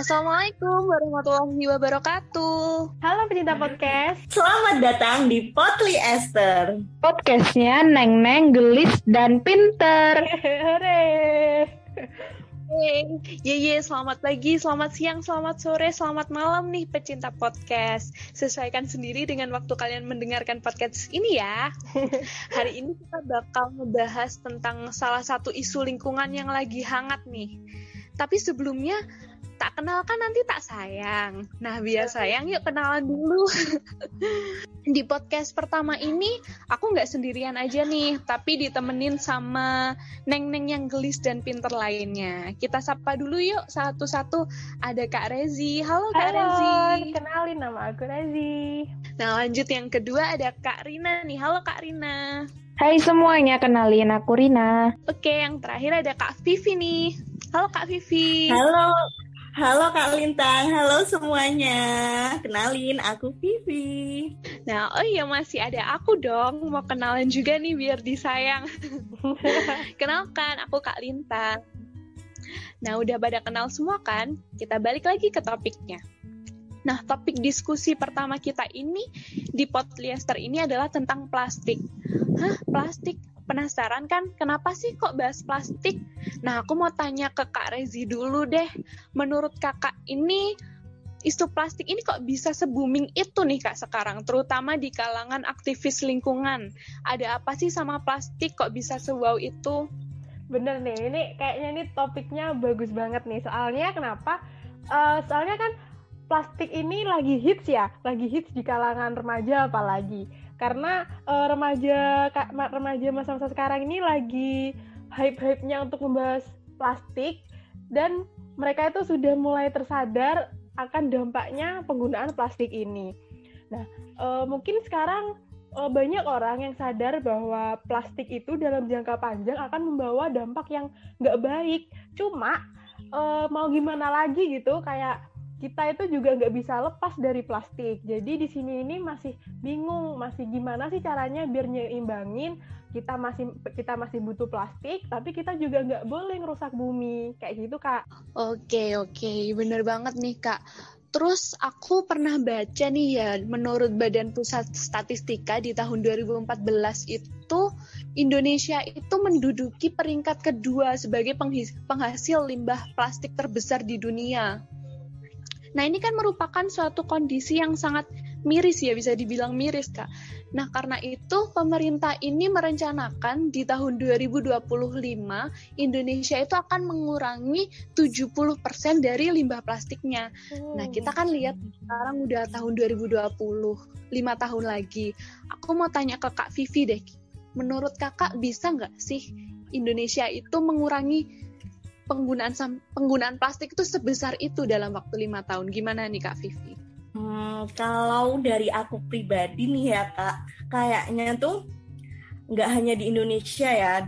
Assalamualaikum warahmatullahi wabarakatuh. Halo pecinta podcast. Selamat datang di Potli Esther. Podcastnya Neng-Neng gelis dan pinter. Hore. Selamat pagi, selamat siang, selamat sore, selamat malam nih pecinta podcast. Sesuaikan sendiri dengan waktu kalian mendengarkan podcast ini ya. Hari ini kita bakal membahas tentang salah satu isu lingkungan yang lagi hangat nih. Tapi sebelumnya, tak kenal kan nanti tak sayang. Nah, biar sayang yuk kenalan dulu. Di podcast pertama ini, aku nggak sendirian aja nih, tapi ditemenin sama neng-neng yang gelis dan pinter lainnya. Kita sapa dulu yuk satu-satu. Ada Kak Rezi. Halo Kak Rezi. Kenalin, nama aku Rezi. Nah, lanjut yang kedua ada Kak Rina nih. Halo Kak Rina. Hai semuanya, kenalin aku Rina. Oke, yang terakhir ada Kak Vivi nih. Halo Kak Vivi. Halo Kak Lintang, halo semuanya. Kenalin, aku Vivi. Nah, masih ada aku dong. Mau kenalan juga nih biar disayang. Kenalkan, aku Kak Lintang. Nah, udah pada kenal semua kan? Kita balik lagi ke topiknya. Nah, topik diskusi pertama kita ini di Podcaster ini adalah tentang plastik. Hah, plastik? Penasaran kan? Kenapa sih kok bahas plastik? Nah, aku mau tanya ke Kak Rezi dulu deh. Menurut kakak ini, isu plastik ini kok bisa se-booming itu nih Kak sekarang, terutama di kalangan aktivis lingkungan. Ada apa sih sama plastik kok bisa se-wow itu? Bener nih, ini kayaknya nih topiknya bagus banget nih. Soalnya kenapa? Soalnya kan plastik ini lagi hits di kalangan remaja apalagi. Karena remaja masa-masa sekarang ini lagi hype-hypenya untuk membahas plastik, dan mereka itu sudah mulai tersadar akan dampaknya penggunaan plastik ini. Nah, mungkin sekarang banyak orang yang sadar bahwa plastik itu dalam jangka panjang akan membawa dampak yang nggak baik. Cuma mau gimana lagi gitu, kayak kita itu juga nggak bisa lepas dari plastik. Jadi di sini ini masih bingung, masih gimana sih caranya biar nyimbangin. Kita masih butuh plastik, tapi kita juga nggak boleh ngerusak bumi, kayak gitu Kak. Oke, bener banget nih Kak. Terus aku pernah baca nih ya, menurut Badan Pusat Statistika di tahun 2014 itu Indonesia itu menduduki peringkat kedua sebagai penghasil limbah plastik terbesar di dunia. Nah, ini kan merupakan suatu kondisi yang sangat miris ya, bisa dibilang miris Kak. Nah, karena itu pemerintah ini merencanakan di tahun 2025 Indonesia itu akan mengurangi 70% dari limbah plastiknya. Nah, kita kan lihat sekarang udah tahun 2020, 5 tahun lagi. Aku mau tanya ke Kak Vivi deh, menurut Kakak bisa nggak sih Indonesia itu mengurangi penggunaan plastik itu sebesar itu dalam waktu 5 tahun? Gimana nih Kak Vivi? Kalau dari aku pribadi nih ya Kak, kayaknya tuh nggak hanya di Indonesia ya,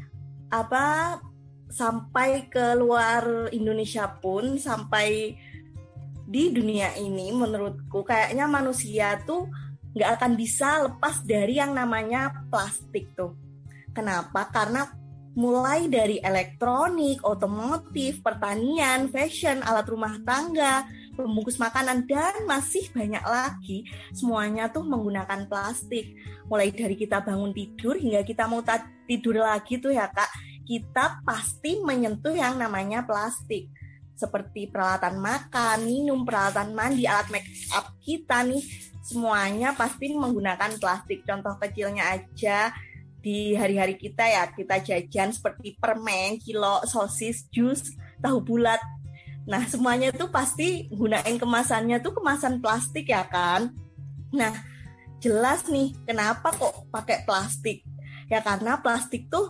sampai ke luar Indonesia pun, sampai di dunia ini menurutku kayaknya manusia tuh nggak akan bisa lepas dari yang namanya plastik tuh. Kenapa? Karena mulai dari elektronik, otomotif, pertanian, fashion, alat rumah tangga, pembungkus makanan, dan masih banyak lagi, semuanya tuh menggunakan plastik. Mulai dari kita bangun tidur hingga kita mau tidur lagi tuh ya Kak, kita pasti menyentuh yang namanya plastik. Seperti peralatan makan, minum, peralatan mandi, alat make up kita nih, semuanya pasti menggunakan plastik. Contoh kecilnya aja, di hari-hari kita ya, kita jajan seperti permen, kilo, sosis, jus, tahu bulat. Nah, semuanya tuh pasti gunain kemasannya tuh kemasan plastik ya kan. Nah, jelas nih kenapa kok pakai plastik. Ya karena plastik tuh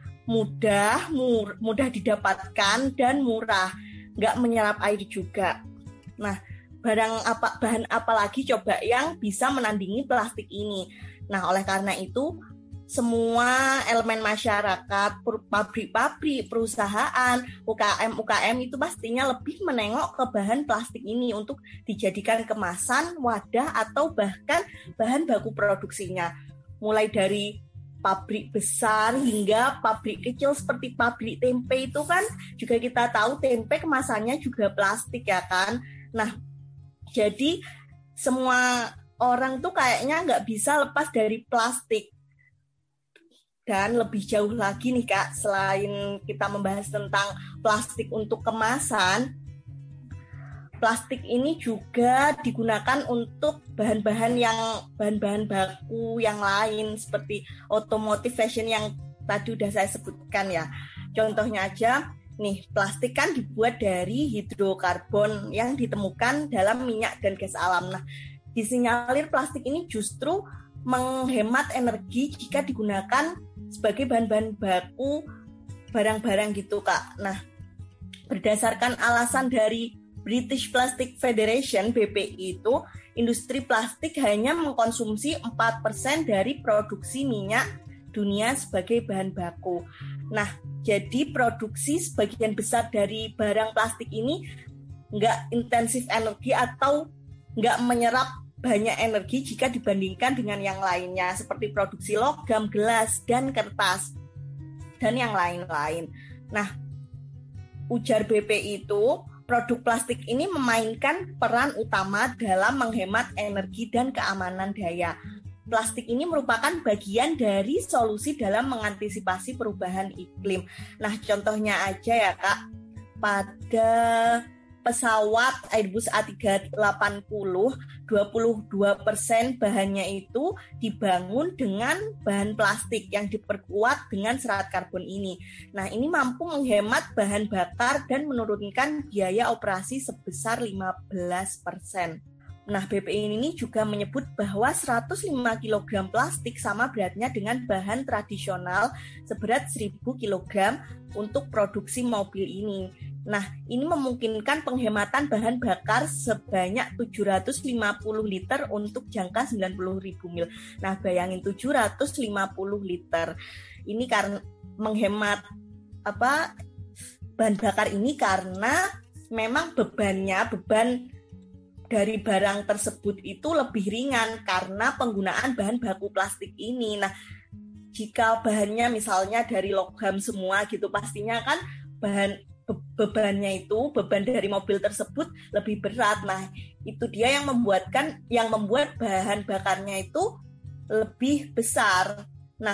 mudah didapatkan dan murah, nggak menyerap air juga. Nah, bahan apa lagi coba yang bisa menandingi plastik ini. Nah, oleh karena itu semua elemen masyarakat, pabrik-pabrik, perusahaan, UKM itu pastinya lebih menengok ke bahan plastik ini untuk dijadikan kemasan, wadah, atau bahkan bahan baku produksinya. Mulai dari pabrik besar hingga pabrik kecil seperti pabrik tempe itu kan juga kita tahu tempe kemasannya juga plastik ya kan. Nah, jadi semua orang tuh kayaknya nggak bisa lepas dari plastik. Dan lebih jauh lagi nih Kak, selain kita membahas tentang plastik untuk kemasan, plastik ini juga digunakan untuk bahan-bahan baku yang lain seperti otomotif, fashion yang tadi udah saya sebutkan ya. Contohnya aja nih, plastik kan dibuat dari hidrokarbon yang ditemukan dalam minyak dan gas alam. Nah, disinyalir plastik ini justru menghemat energi jika digunakan sebagai bahan-bahan baku barang-barang gitu Kak. Nah, berdasarkan alasan dari British Plastic Federation (BPI) itu, industri plastik hanya mengkonsumsi 4% dari produksi minyak dunia sebagai bahan baku. Nah, jadi produksi sebagian besar dari barang plastik ini nggak intensif energi atau nggak menyerap banyak energi jika dibandingkan dengan yang lainnya, seperti produksi logam, gelas, dan kertas, dan yang lain-lain. Nah, ujar BPI itu, produk plastik ini memainkan peran utama dalam menghemat energi dan keamanan daya. Plastik ini merupakan bagian dari solusi dalam mengantisipasi perubahan iklim. Nah, contohnya aja ya Kak, pada pesawat Airbus A380, 22% bahannya itu dibangun dengan bahan plastik yang diperkuat dengan serat karbon ini. Nah, ini mampu menghemat bahan bakar dan menurunkan biaya operasi sebesar 15%. Nah, BPI ini juga menyebut bahwa 105 kg plastik sama beratnya dengan bahan tradisional seberat 1000 kg untuk produksi mobil ini. Nah, ini memungkinkan penghematan bahan bakar sebanyak 750 liter untuk jangka 90.000 mil. Nah, bayangin 750 liter. Ini karena menghemat bahan bakar ini karena memang beban dari barang tersebut itu lebih ringan karena penggunaan bahan baku plastik ini. Nah, jika bahannya misalnya dari logam semua gitu, pastinya kan beban dari mobil tersebut lebih berat. Nah, itu dia yang membuat bahan bakarnya itu lebih besar. Nah,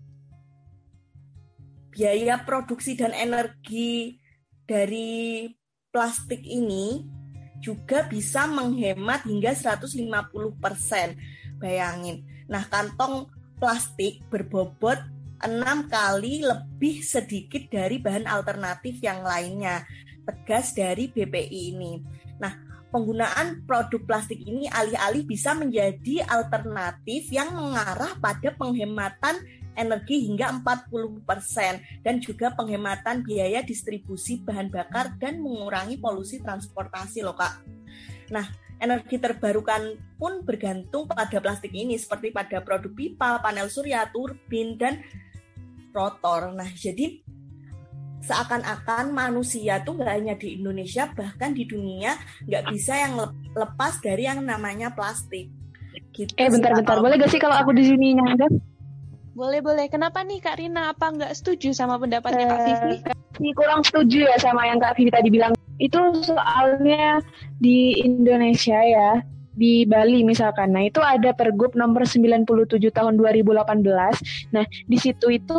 biaya produksi dan energi dari plastik ini juga bisa menghemat hingga 150%. Bayangin. Nah, kantong plastik berbobot 6 kali lebih sedikit dari bahan alternatif yang lainnya, tegas dari BPI ini. Nah, penggunaan produk plastik ini alih-alih bisa menjadi alternatif yang mengarah pada penghematan energi hingga 40% dan juga penghematan biaya distribusi bahan bakar dan mengurangi polusi transportasi loh Kak. Nah, energi terbarukan pun bergantung pada plastik ini seperti pada produk pipa, panel surya, turbin, dan rotor. Nah, jadi seakan-akan manusia tuh nggak hanya di Indonesia, bahkan di dunia nggak bisa yang lepas dari yang namanya plastik. Gitu Bentar. Boleh gak sih kalau aku di sini nyanggap? Boleh. Kenapa nih Kak Rina? Apa nggak setuju sama pendapatnya Kak Vivi? Kurang setuju ya sama yang Kak Vivi tadi bilang. Itu soalnya di Indonesia ya, di Bali misalkan. Nah, itu ada Pergub nomor 97 tahun 2018. Nah, di situ itu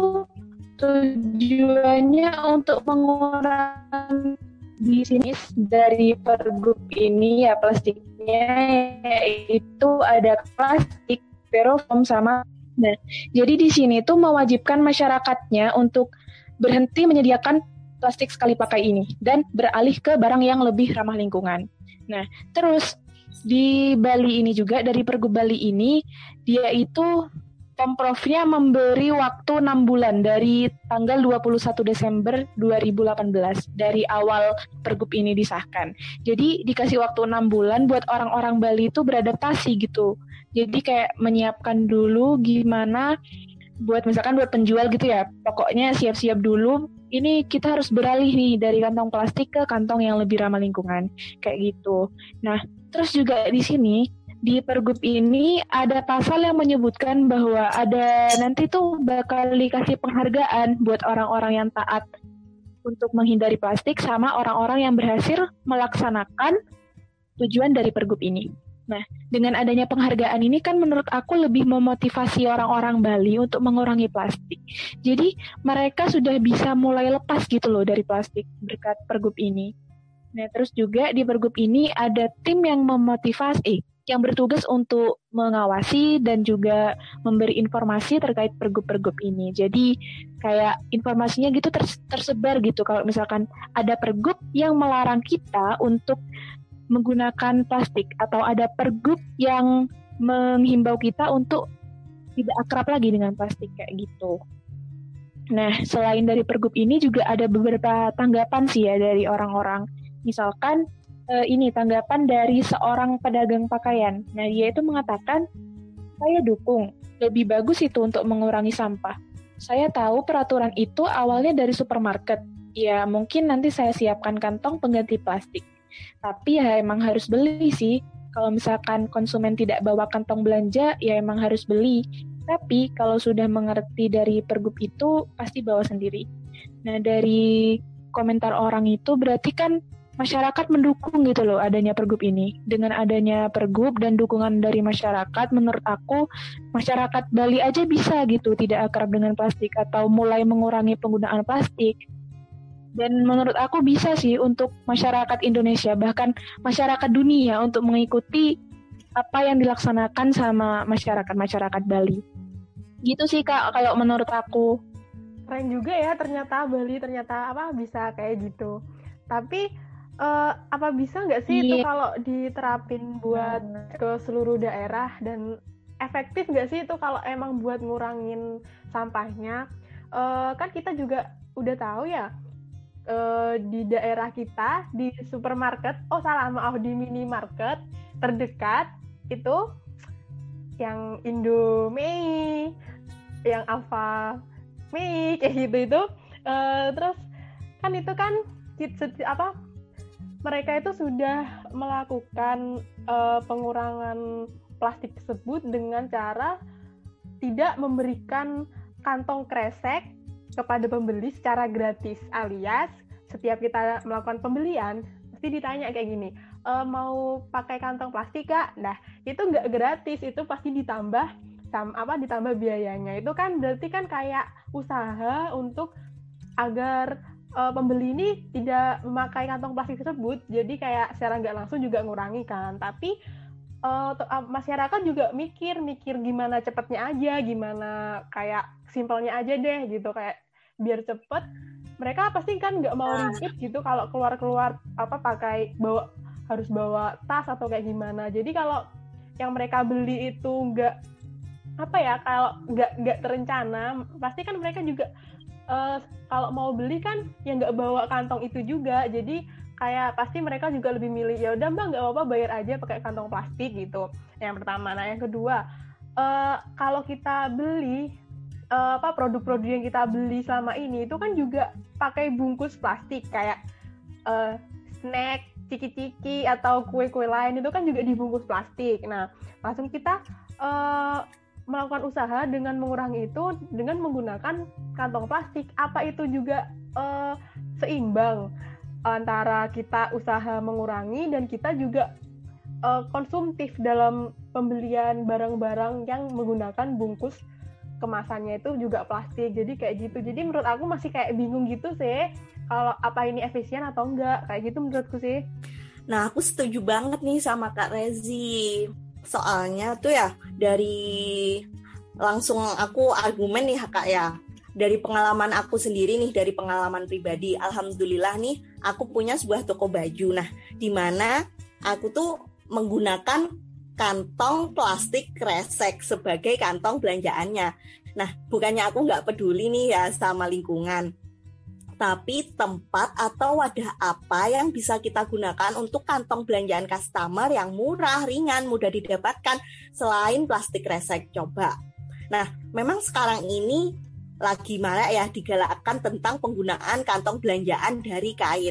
tujuannya untuk mengurangi bisnis dari Pergub ini ya, plastiknya yaitu ada plastik, styrofoam sama. Nah, jadi di sini tuh mewajibkan masyarakatnya untuk berhenti menyediakan plastik sekali pakai ini dan beralih ke barang yang lebih ramah lingkungan. Nah, terus di Bali ini juga, dari Pergub Bali ini, dia itu Pemprovnya memberi waktu 6 bulan dari tanggal 21 Desember 2018 dari awal Pergub ini disahkan. Jadi dikasih waktu 6 bulan buat orang-orang Bali itu beradaptasi gitu. Jadi kayak menyiapkan dulu gimana buat misalkan buat penjual gitu ya. Pokoknya siap-siap dulu. Ini kita harus beralih nih dari kantong plastik ke kantong yang lebih ramah lingkungan. Kayak gitu. Nah, terus juga di sini di Pergub ini ada pasal yang menyebutkan bahwa ada nanti tuh bakal dikasih penghargaan buat orang-orang yang taat untuk menghindari plastik sama orang-orang yang berhasil melaksanakan tujuan dari Pergub ini. Nah, dengan adanya penghargaan ini kan menurut aku lebih memotivasi orang-orang Bali untuk mengurangi plastik. Jadi mereka sudah bisa mulai lepas gitu loh dari plastik berkat Pergub ini. Nah, terus juga di Pergub ini ada tim yang yang bertugas untuk mengawasi dan juga memberi informasi terkait Pergub-Pergub ini. Jadi kayak informasinya gitu tersebar gitu. Kalau misalkan ada Pergub yang melarang kita untuk menggunakan plastik atau ada Pergub yang menghimbau kita untuk tidak akrab lagi dengan plastik kayak gitu. Nah, selain dari Pergub ini juga ada beberapa tanggapan sih ya dari orang-orang. Misalkan ini tanggapan dari seorang pedagang pakaian. Nah, dia itu mengatakan, saya dukung, lebih bagus itu untuk mengurangi sampah. Saya tahu peraturan itu awalnya dari supermarket. Ya, mungkin nanti saya siapkan kantong pengganti plastik. Tapi ya emang harus beli sih. Kalau misalkan konsumen tidak bawa kantong belanja, ya emang harus beli. Tapi kalau sudah mengerti dari Pergub itu, pasti bawa sendiri. Nah, dari komentar orang itu berarti kan masyarakat mendukung gitu loh adanya Pergub ini. Dengan adanya Pergub dan dukungan dari masyarakat, menurut aku masyarakat Bali aja bisa gitu tidak akrab dengan plastik atau mulai mengurangi penggunaan plastik. Dan menurut aku bisa sih untuk masyarakat Indonesia, bahkan masyarakat dunia untuk mengikuti apa yang dilaksanakan sama masyarakat Bali. Gitu sih Kak, kalau menurut aku. Keren juga ya ternyata Bali bisa kayak gitu. Tapi apa bisa nggak sih itu kalau diterapin buat ke seluruh daerah, dan efektif nggak sih itu kalau emang buat ngurangin sampahnya? Kan kita juga udah tahu ya, di daerah kita di supermarket, di minimarket terdekat itu yang Indomie, yang Alfamart kayak gitu itu, terus kan itu kan mereka itu sudah melakukan pengurangan plastik tersebut dengan cara tidak memberikan kantong kresek kepada pembeli secara gratis, alias setiap kita melakukan pembelian pasti ditanya kayak gini, mau pakai kantong plastik Kak? Nah, itu nggak gratis, itu pasti ditambah biayanya. Itu kan berarti kan kayak usaha untuk agar pembeli ini tidak memakai kantong plastik tersebut, jadi kayak secara nggak langsung juga ngurangi kan. Tapi masyarakat juga mikir gimana cepatnya aja, gimana kayak simpelnya aja deh gitu, kayak biar cepet. Mereka pasti kan nggak mau ribet gitu kalau keluar harus bawa tas atau kayak gimana. Jadi kalau yang mereka beli itu kalau nggak terencana, pasti kan mereka juga kalau mau beli kan ya nggak bawa kantong itu juga, jadi kayak pasti mereka juga lebih milih ya udah Mbak nggak apa-apa bayar aja pakai kantong plastik gitu. Yang pertama. Nah yang kedua, kalau kita beli produk-produk yang kita beli selama ini itu kan juga pakai bungkus plastik, kayak snack, ciki-ciki atau kue-kue lain itu kan juga dibungkus plastik. Nah langsung kita melakukan usaha dengan mengurangi itu dengan menggunakan kantong plastik. Apa itu juga seimbang antara kita usaha mengurangi dan kita juga konsumtif dalam pembelian barang-barang yang menggunakan bungkus kemasannya itu juga plastik. Jadi kayak gitu. Jadi menurut aku masih kayak bingung gitu sih kalau apa ini efisien atau enggak, kayak gitu menurutku sih. Nah aku setuju banget nih sama Kak Rezi. Soalnya tuh ya dari langsung aku argumen nih Kak ya, dari pengalaman aku sendiri nih, dari pengalaman pribadi, alhamdulillah nih aku punya sebuah toko baju. Nah di mana aku tuh menggunakan kantong plastik kresek sebagai kantong belanjaannya. Nah bukannya aku nggak peduli nih ya sama lingkungan, tapi tempat atau wadah apa yang bisa kita gunakan untuk kantong belanjaan customer yang murah, ringan, mudah didapatkan selain plastik kresek. Coba. Nah, memang sekarang ini lagi marak ya digalakkan tentang penggunaan kantong belanjaan dari kain.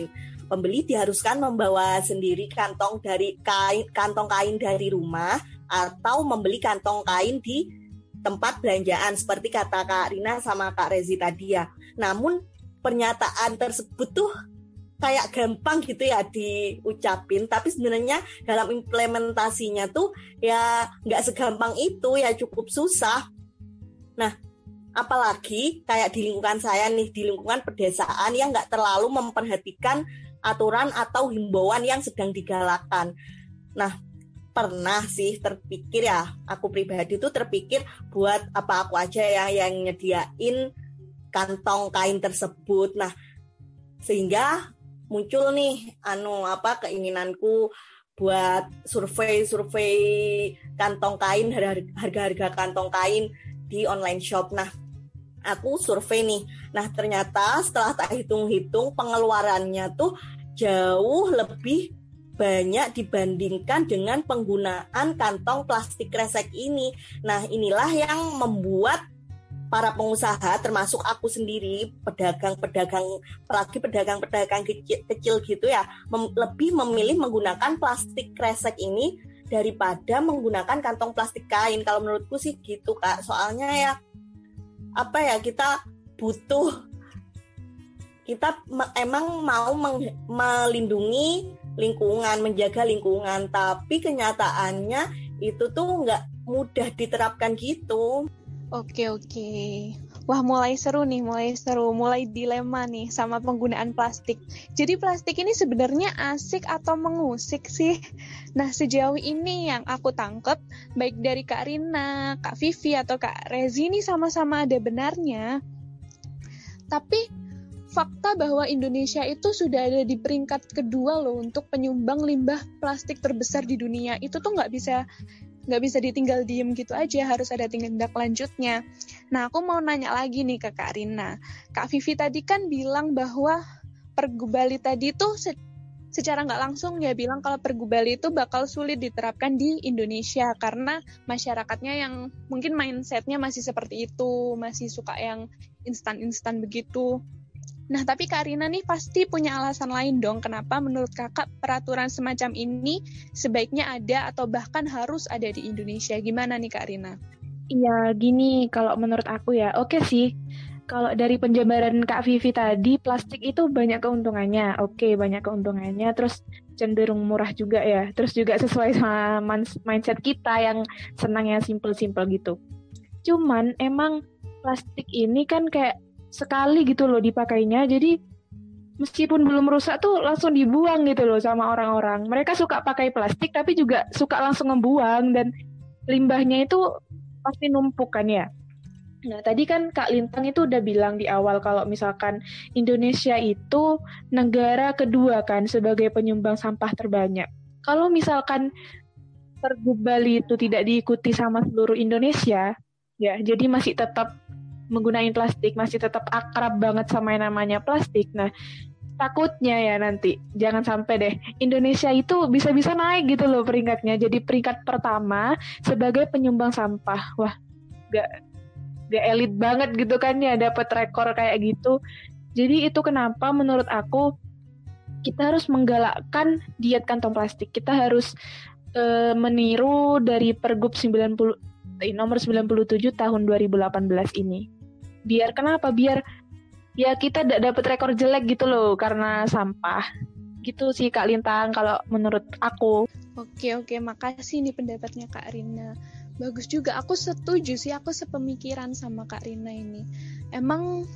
pembeli diharuskan membawa sendiri kantong kain dari rumah atau membeli kantong kain di tempat belanjaan seperti kata Kak Rina sama Kak Rezi tadi ya. Namun pernyataan tersebut tuh kayak gampang gitu ya diucapin, tapi sebenarnya dalam implementasinya tuh ya nggak segampang itu, ya cukup susah. Nah, apalagi kayak di lingkungan saya nih, di lingkungan pedesaan yang nggak terlalu memperhatikan aturan atau himbauan yang sedang digalakkan. Nah, pernah sih terpikir ya, aku pribadi tuh terpikir buat apa aku aja ya yang nyediain kantong kain tersebut. Nah, sehingga muncul nih keinginanku buat survei kantong kain, harga-harga kantong kain di online shop. Nah, aku survei nih. Nah, ternyata setelah tak hitung-hitung pengeluarannya tuh jauh lebih banyak dibandingkan dengan penggunaan kantong plastik kresek ini. Nah, inilah yang membuat para pengusaha, termasuk aku sendiri, apalagi pedagang kecil gitu ya, lebih memilih menggunakan plastik kresek ini daripada menggunakan kantong plastik kain. Kalau menurutku sih gitu, Kak. Soalnya ya, kita emang mau melindungi lingkungan, menjaga lingkungan, tapi kenyataannya itu tuh nggak mudah diterapkan gitu. Oke. Wah, mulai seru, mulai dilema nih sama penggunaan plastik. Jadi plastik ini sebenarnya asik atau mengusik sih? Nah, sejauh ini yang aku tangkep, baik dari Kak Rina, Kak Vivi, atau Kak Rezi ini sama-sama ada benarnya. Tapi fakta bahwa Indonesia itu sudah ada di peringkat kedua loh untuk penyumbang limbah plastik terbesar di dunia. Itu tuh nggak bisa ditinggal diem gitu aja, harus ada tindak lanjutnya. Nah, aku mau nanya lagi nih ke Kak Rina. Kak Vivi tadi kan bilang bahwa Pergub Bali tadi tuh secara nggak langsung ya bilang kalau Pergub Bali itu bakal sulit diterapkan di Indonesia karena masyarakatnya yang mungkin mindsetnya masih seperti itu, masih suka yang instan-instan begitu. Nah, tapi Kak Rina nih pasti punya alasan lain dong kenapa menurut kakak peraturan semacam ini sebaiknya ada atau bahkan harus ada di Indonesia. Gimana nih Kak Rina? Iya, gini kalau menurut aku ya, oke sih. Kalau dari penjabaran Kak Vivi tadi, plastik itu banyak keuntungannya. Oke, banyak keuntungannya, terus cenderung murah juga ya. Terus juga sesuai sama mindset kita yang senang yang simple-simple gitu. Cuman emang plastik ini kan kayak sekali gitu loh dipakainya, jadi meskipun belum rusak tuh langsung dibuang gitu loh sama orang-orang. Mereka suka pakai plastik tapi juga suka langsung ngebuang dan limbahnya itu pasti numpuk kan ya. Nah, tadi kan Kak Lintang itu udah bilang di awal kalau misalkan Indonesia itu negara kedua kan sebagai penyumbang sampah terbanyak. Kalau misalkan Pergub Bali itu tidak diikuti sama seluruh Indonesia, ya jadi masih tetap menggunakan plastik, masih tetap akrab banget sama yang namanya plastik. Nah, takutnya ya nanti, jangan sampai deh, Indonesia itu bisa-bisa naik gitu loh peringkatnya. Jadi peringkat pertama sebagai penyumbang sampah. Wah, gak elit banget gitu kan ya, dapat rekor kayak gitu. Jadi itu kenapa menurut aku, kita harus menggalakkan diet kantong plastik. Kita harus meniru dari Pergub nomor 97 tahun 2018 ini. Biar kenapa? Biar ya kita tidak dapat rekor jelek gitu loh karena sampah. Gitu sih Kak Lintang kalau menurut aku. Oke, makasih nih pendapatnya Kak Rina. Bagus juga, aku setuju sih, aku sepemikiran sama Kak Rina ini. Emang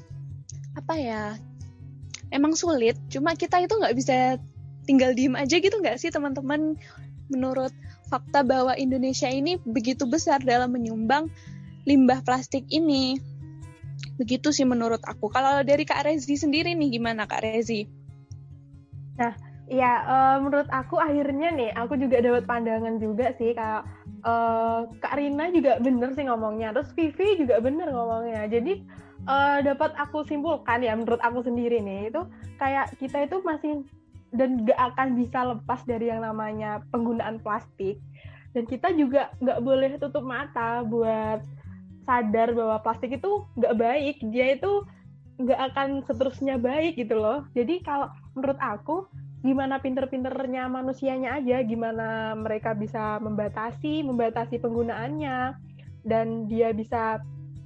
emang sulit, cuma kita itu nggak bisa tinggal diem aja gitu nggak sih teman-teman? Menurut fakta bahwa Indonesia ini begitu besar dalam menyumbang limbah plastik ini. Begitu sih menurut aku. Kalau dari Kak Rezi sendiri nih gimana Kak Rezi? Nah, ya menurut aku akhirnya nih aku juga dapat pandangan juga sih Kak Rina juga bener sih ngomongnya. Terus Vivi juga bener ngomongnya. Jadi dapat aku simpulkan ya menurut aku sendiri nih itu kayak kita itu masih dan gak akan bisa lepas dari yang namanya penggunaan plastik. Dan kita juga gak boleh tutup mata buat sadar bahwa plastik itu nggak baik, dia itu nggak akan seterusnya baik gitu loh. Jadi kalau menurut aku gimana pinter-pinternya manusianya aja, gimana mereka bisa membatasi penggunaannya, dan dia bisa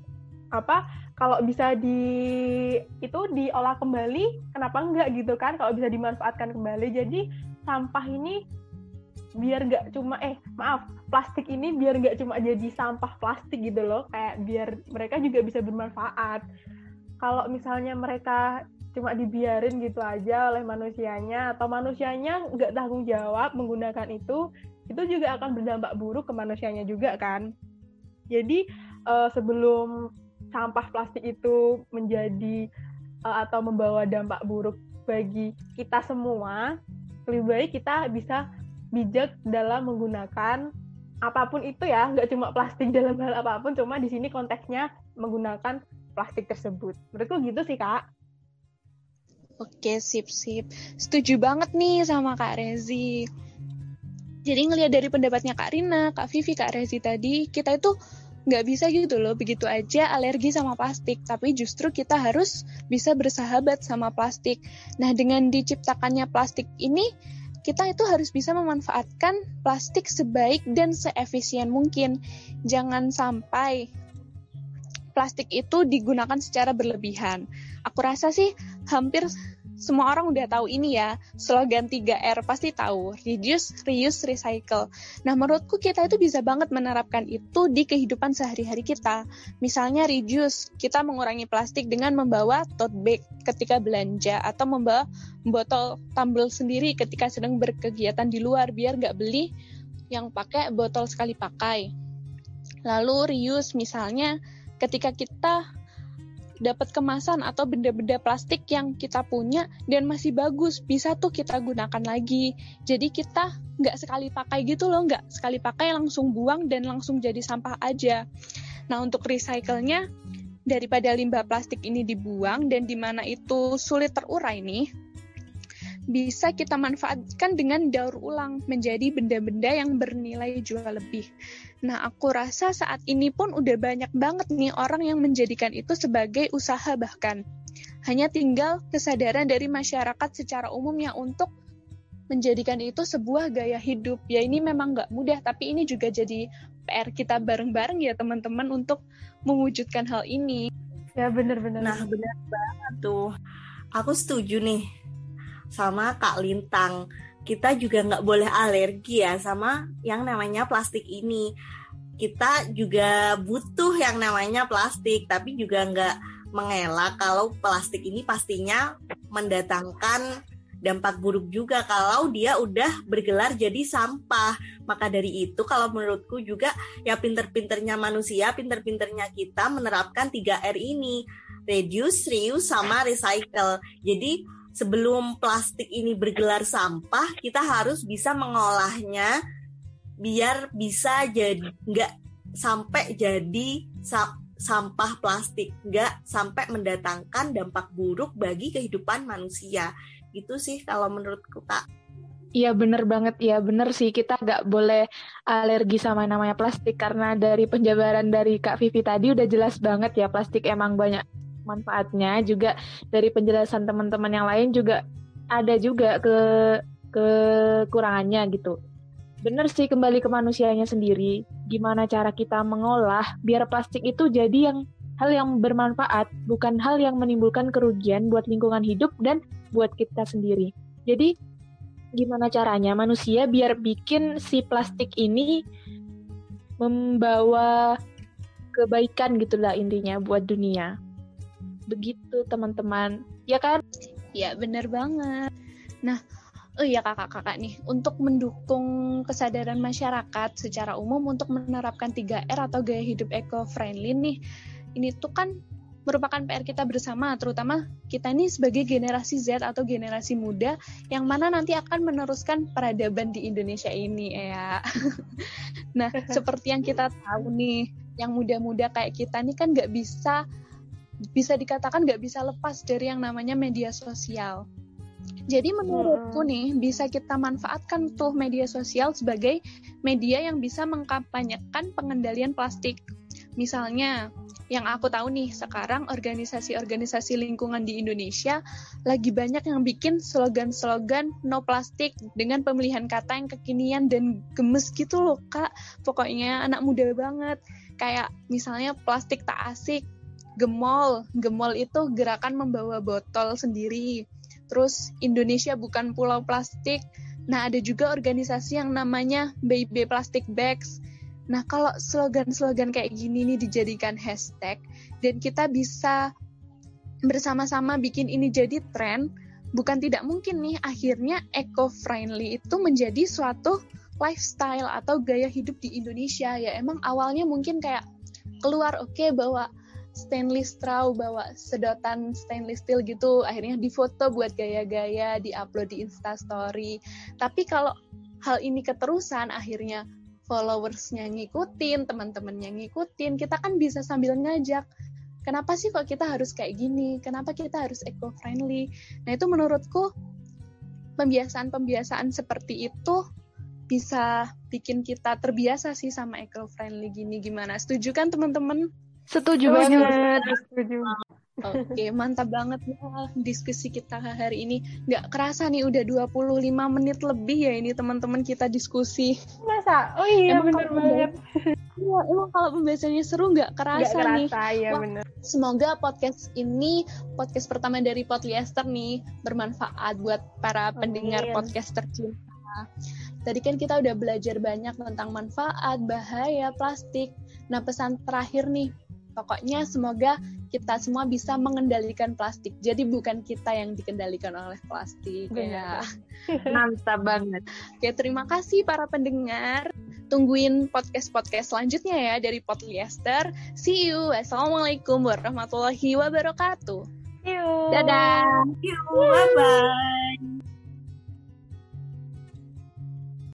kalau bisa diolah kembali, kenapa enggak gitu kan, kalau bisa dimanfaatkan kembali. Jadi sampah ini biar nggak cuma plastik ini biar nggak cuma jadi sampah plastik gitu loh, kayak biar mereka juga bisa bermanfaat. Kalau misalnya mereka cuma dibiarin gitu aja oleh manusianya, atau manusianya nggak tanggung jawab menggunakan itu juga akan berdampak buruk ke manusianya juga kan. Jadi sebelum sampah plastik itu menjadi atau membawa dampak buruk bagi kita semua, lebih baik kita bisa bijak dalam menggunakan apapun itu ya, nggak cuma plastik dalam hal apapun, cuma di sini konteksnya menggunakan plastik tersebut. Menurutku gitu sih, Kak. Oke, sip. Setuju banget nih sama Kak Rezi. Jadi ngelihat dari pendapatnya Kak Rina, Kak Vivi, Kak Rezi tadi, kita itu nggak bisa gitu loh, begitu aja alergi sama plastik. Tapi justru kita harus bisa bersahabat sama plastik. Nah, dengan diciptakannya plastik ini, kita itu harus bisa memanfaatkan plastik sebaik dan seefisien mungkin. Jangan sampai plastik itu digunakan secara berlebihan. Aku rasa sih hampir semua orang udah tahu ini ya, slogan 3R pasti tahu, reduce, reuse, recycle. Nah, menurutku kita itu bisa banget menerapkan itu di kehidupan sehari-hari kita. Misalnya reduce, kita mengurangi plastik dengan membawa tote bag ketika belanja, atau membawa botol tumbler sendiri ketika sedang berkegiatan di luar, biar nggak beli yang pakai botol sekali pakai. Lalu reuse, misalnya ketika kita dapat kemasan atau benda-benda plastik yang kita punya dan masih bagus, bisa tuh kita gunakan lagi. Jadi kita nggak sekali pakai gitu loh, nggak sekali pakai langsung buang dan langsung jadi sampah aja. Nah, untuk recycle-nya, daripada limbah plastik ini dibuang dan di mana itu sulit terurai nih, bisa kita manfaatkan dengan daur ulang menjadi benda-benda yang bernilai jual lebih. Nah, aku rasa saat ini pun udah banyak banget nih orang yang menjadikan itu sebagai usaha bahkan. Hanya tinggal kesadaran dari masyarakat secara umumnya untuk menjadikan itu sebuah gaya hidup. Ya, ini memang nggak mudah, tapi ini juga jadi PR kita bareng-bareng ya teman-teman untuk mewujudkan hal ini. Ya, benar-benar. Nah, benar banget tuh. Aku setuju nih sama Kak Lintang. Kita juga nggak boleh alergi ya sama yang namanya plastik ini. Kita juga butuh yang namanya plastik, tapi juga nggak mengelak kalau plastik ini pastinya mendatangkan dampak buruk juga kalau dia udah bergelar jadi sampah. Maka dari itu kalau menurutku juga ya pinter-pinternya manusia, pinter-pinternya kita menerapkan 3R ini. Reduce, reuse, sama recycle. Jadi sebelum plastik ini bergelar sampah, kita harus bisa mengolahnya biar bisa jadi nggak sampai jadi sampah plastik, nggak sampai mendatangkan dampak buruk bagi kehidupan manusia. Itu sih kalau menurutku, Kak. Iya bener banget, iya bener sih, kita nggak boleh alergi sama namanya plastik, karena dari penjabaran dari Kak Vivi tadi udah jelas banget ya, plastik emang banyak manfaatnya. Juga dari penjelasan teman-teman yang lain juga ada juga kekurangannya gitu. Bener sih, kembali ke manusianya sendiri, gimana cara kita mengolah biar plastik itu jadi hal yang bermanfaat, bukan hal yang menimbulkan kerugian buat lingkungan hidup dan buat kita sendiri. Jadi gimana caranya manusia biar bikin si plastik ini membawa kebaikan gitulah intinya buat dunia. Begitu teman-teman, ya kan? Ya benar banget. Nah, ya kakak-kakak nih, untuk mendukung kesadaran masyarakat secara umum untuk menerapkan 3R atau gaya hidup eco-friendly nih, ini tuh kan merupakan PR kita bersama, terutama kita nih sebagai generasi Z atau generasi muda yang mana nanti akan meneruskan peradaban di Indonesia ini ya. Nah, seperti yang kita tahu nih, yang muda-muda kayak kita nih kan nggak bisa dikatakan nggak bisa lepas dari yang namanya media sosial. Jadi menurutku nih, bisa kita manfaatkan tuh media sosial sebagai media yang bisa mengkampanyekan pengendalian plastik. Misalnya, yang aku tahu nih, sekarang organisasi-organisasi lingkungan di Indonesia lagi banyak yang bikin slogan-slogan no plastik dengan pemilihan kata yang kekinian dan gemes gitu loh, Kak. Pokoknya anak muda banget. Kayak misalnya plastik tak asik, gemol. Gemol itu gerakan membawa botol sendiri. Terus Indonesia bukan pulau plastik. Nah, ada juga organisasi yang namanya Baby Plastic Bags. Nah, kalau slogan-slogan kayak gini nih dijadikan hashtag dan kita bisa bersama-sama bikin ini jadi tren, bukan tidak mungkin nih akhirnya eco-friendly itu menjadi suatu lifestyle atau gaya hidup di Indonesia. Ya emang awalnya mungkin kayak keluar bawa stainless straw, bawa sedotan stainless steel gitu, akhirnya difoto buat gaya-gaya, diupload di Instastory. Tapi kalau hal ini keterusan, akhirnya followersnya ngikutin, teman-temannya ngikutin, kita kan bisa sambil ngajak, kenapa sih kok kita harus kayak gini, kenapa kita harus eco-friendly. Nah itu menurutku pembiasaan-pembiasaan seperti itu bisa bikin kita terbiasa sih sama eco-friendly gini. Gimana, setuju kan teman-teman? Setuju banget. Setuju. Oke, mantap banget ya diskusi kita hari ini. Nggak kerasa nih udah 25 menit lebih ya ini teman-teman kita diskusi. Masa? Oh iya, bener banget. Iya, emang kalau pembahasannya seru nggak kerasa nih. Ya, bener. Semoga podcast ini, podcast pertama dari Podlyester nih, bermanfaat buat para pendengar podcast tercinta. Tadi kan kita udah belajar banyak tentang manfaat, bahaya plastik. Nah, pesan terakhir nih, pokoknya semoga kita semua bisa mengendalikan plastik. Jadi bukan kita yang dikendalikan oleh plastik. Benar. Ya. Mantap banget. Oke, terima kasih para pendengar. Tungguin podcast-podcast selanjutnya ya dari Podlyester. See you. Assalamualaikum warahmatullahi wabarakatuh. See you. Dadah. Bye-bye.